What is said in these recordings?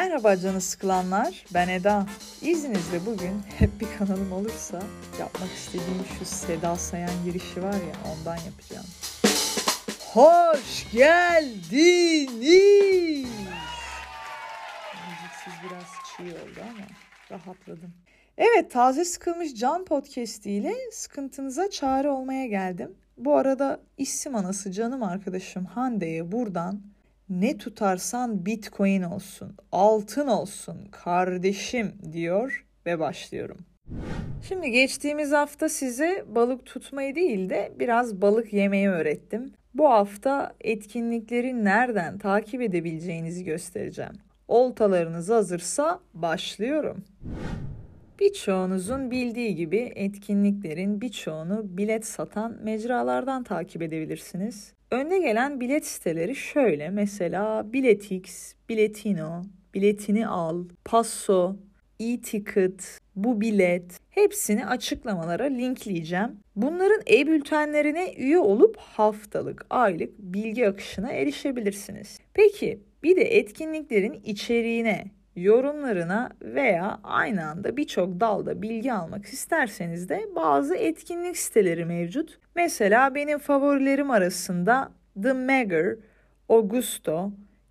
Merhaba canı sıkılanlar, ben Eda. İzninizle bugün hep bir kanalım olursa yapmak istediğim şu Seda Sayan girişi var ya, ondan yapacağım. Hoş geldiniz. Müziksiz biraz çiğ oldu ama rahatladım. Evet, Taze Sıkılmış Can Podcast ile sıkıntınıza çare olmaya geldim. Bu arada isim anası canım arkadaşım Hande'ye buradan ne tutarsan Bitcoin olsun, altın olsun kardeşim diyor ve başlıyorum. Şimdi geçtiğimiz hafta size balık tutmayı değil de biraz balık yemeyi öğrettim. Bu hafta etkinlikleri nereden takip edebileceğinizi göstereceğim. Oltalarınız hazırsa başlıyorum. Birçoğunuzun bildiği gibi etkinliklerin birçoğunu bilet satan mecralardan takip edebilirsiniz. Önde gelen bilet siteleri şöyle, mesela Biletix, Biletino, Biletini Al, Passo, e-Ticket, Bu Bilet, hepsini açıklamalara linkleyeceğim. Bunların e-bültenlerine üye olup haftalık, aylık bilgi akışına erişebilirsiniz. Peki bir de etkinliklerin içeriğine, yorumlarına veya aynı anda birçok dalda bilgi almak isterseniz de bazı etkinlik siteleri mevcut. Mesela benim favorilerim arasında The Magger, Augusto,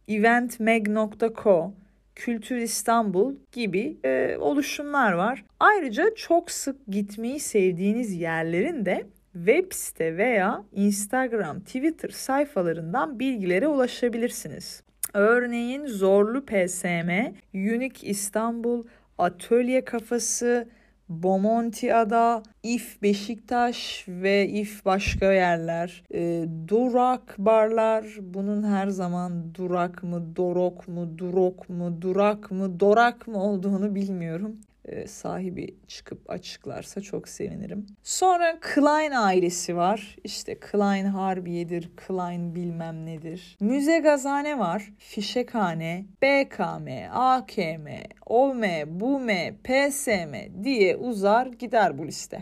eventmag.co, Kültür İstanbul gibi oluşumlar var. Ayrıca çok sık gitmeyi sevdiğiniz yerlerin de web site veya Instagram, Twitter sayfalarından bilgilere ulaşabilirsiniz. Örneğin Zorlu PSM, Unique İstanbul, Atölye Kafası, Bomonti Ada, İF Beşiktaş ve İF başka yerler. Durak barlar, bunun her zaman durak mı, dorok mu, durok mu, durak mı, dorak mı olduğunu bilmiyorum. Sahibi çıkıp açıklarsa çok sevinirim. Sonra Klein ailesi var. İşte Klein Harbiye'dir, Klein bilmem nedir. Müze Gazane var. Fişekhane, BKM, AKM, OM, BUM, PSM diye uzar gider bu liste.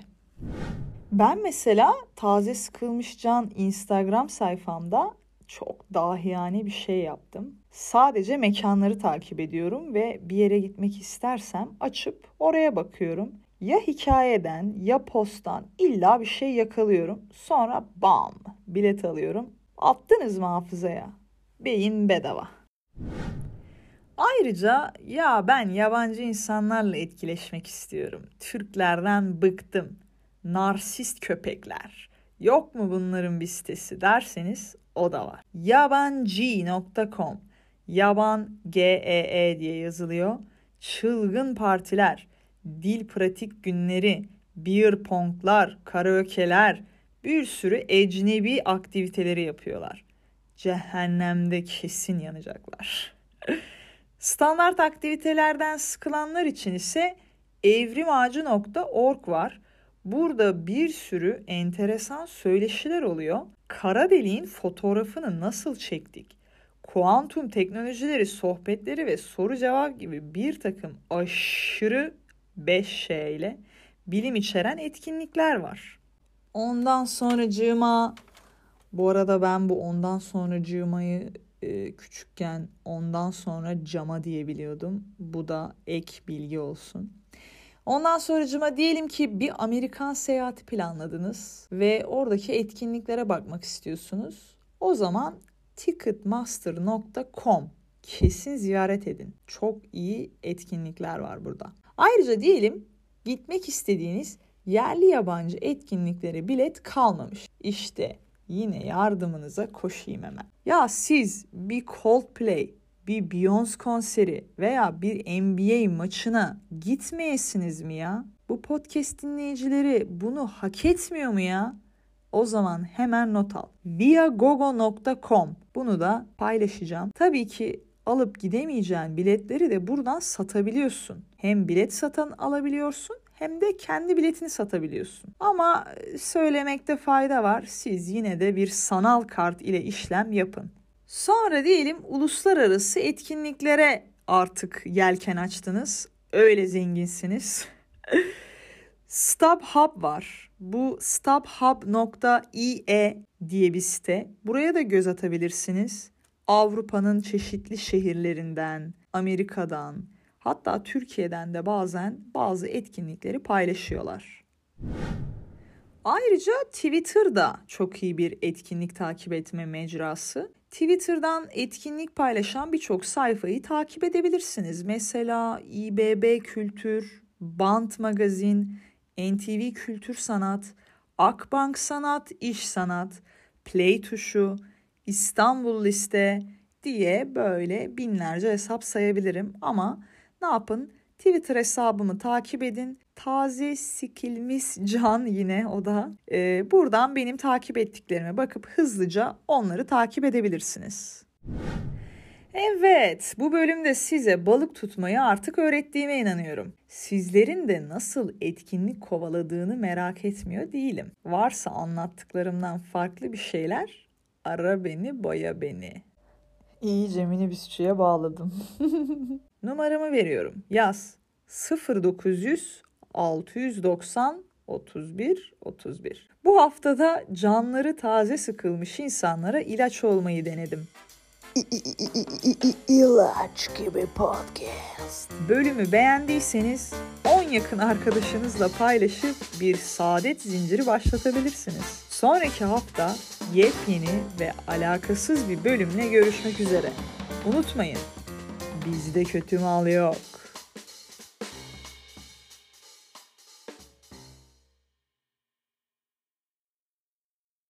Ben mesela Taze Sıkılmış Can Instagram sayfamda çok dahiyane bir şey yaptım. Sadece mekanları takip ediyorum ve bir yere gitmek istersem açıp oraya bakıyorum. Ya hikayeden ya posttan illa bir şey yakalıyorum. Sonra bam bilet alıyorum. Attınız mı hafızaya? Beyin bedava. Ayrıca ya ben yabancı insanlarla etkileşmek istiyorum. Türklerden bıktım. Narsist köpekler. Yok mu bunların bir sitesi derseniz o da var. Yabancı.com, Yaban G-E-E diye yazılıyor. Çılgın partiler, dil pratik günleri, beer ponglar, karaoke'ler, bir sürü ecnebi aktiviteleri yapıyorlar. Cehennemde kesin yanacaklar. Standart aktivitelerden sıkılanlar için ise evrimağacı.org var. Burada bir sürü enteresan söyleşiler oluyor. Kara deliğin fotoğrafını nasıl çektik? Kuantum teknolojileri, sohbetleri ve soru cevap gibi bir takım aşırı 5Ş ile bilim içeren etkinlikler var. Ondan sonracığıma, bu arada ben bu ondan sonracığımayı küçükken ondan sonra cama diyebiliyordum. Bu da ek bilgi olsun. Ondan sonracıma diyelim ki bir Amerikan seyahati planladınız ve oradaki etkinliklere bakmak istiyorsunuz. O zaman ticketmaster.com kesin ziyaret edin. Çok iyi etkinlikler var burada. Ayrıca diyelim gitmek istediğiniz yerli yabancı etkinliklere bilet kalmamış. İşte yine yardımınıza koşayım hemen. Ya siz bir Coldplay, bir Beyoncé konseri veya bir NBA maçına gitmeyesiniz mi ya? Bu podcast dinleyicileri bunu hak etmiyor mu ya? O zaman hemen not al. Viagogo.com, bunu da paylaşacağım. Tabii ki alıp gidemeyeceğin biletleri de buradan satabiliyorsun. Hem bilet satan alabiliyorsun hem de kendi biletini satabiliyorsun. Ama söylemekte fayda var. Siz yine de bir sanal kart ile işlem yapın. Sonra diyelim uluslararası etkinliklere artık yelken açtınız. Öyle zenginsiniz. StubHub var. Bu stubhub.ie diye bir site. Buraya da göz atabilirsiniz. Avrupa'nın çeşitli şehirlerinden, Amerika'dan, hatta Türkiye'den de bazen bazı etkinlikleri paylaşıyorlar. Ayrıca Twitter da çok iyi bir etkinlik takip etme mecrası. Twitter'dan etkinlik paylaşan birçok sayfayı takip edebilirsiniz. Mesela İBB Kültür, Bant Magazin, NTV Kültür Sanat, Akbank Sanat, İş Sanat, Play Tuşu, İstanbul Liste diye böyle binlerce hesap sayabilirim. Ama ne yapın? Twitter hesabımı takip edin. Taze Sikilmiş Can yine o da. Buradan benim takip ettiklerime bakıp hızlıca onları takip edebilirsiniz. Evet, bu bölümde size balık tutmayı artık öğrettiğime inanıyorum. Sizlerin de nasıl etkinlik kovaladığını merak etmiyor değilim. Varsa anlattıklarımdan farklı bir şeyler, ara beni, boya beni. İyice minibüsçüye bağladım. Numaramı veriyorum. Yaz. 0900 690 31 31. Bu haftada canları taze sıkılmış insanlara ilaç olmayı denedim. İlaç gibi podcast. Bölümü beğendiyseniz 10 yakın arkadaşınızla paylaşıp bir saadet zinciri başlatabilirsiniz. Sonraki hafta yepyeni ve alakasız bir bölümle görüşmek üzere. Unutmayın, bizde kötü mal yok.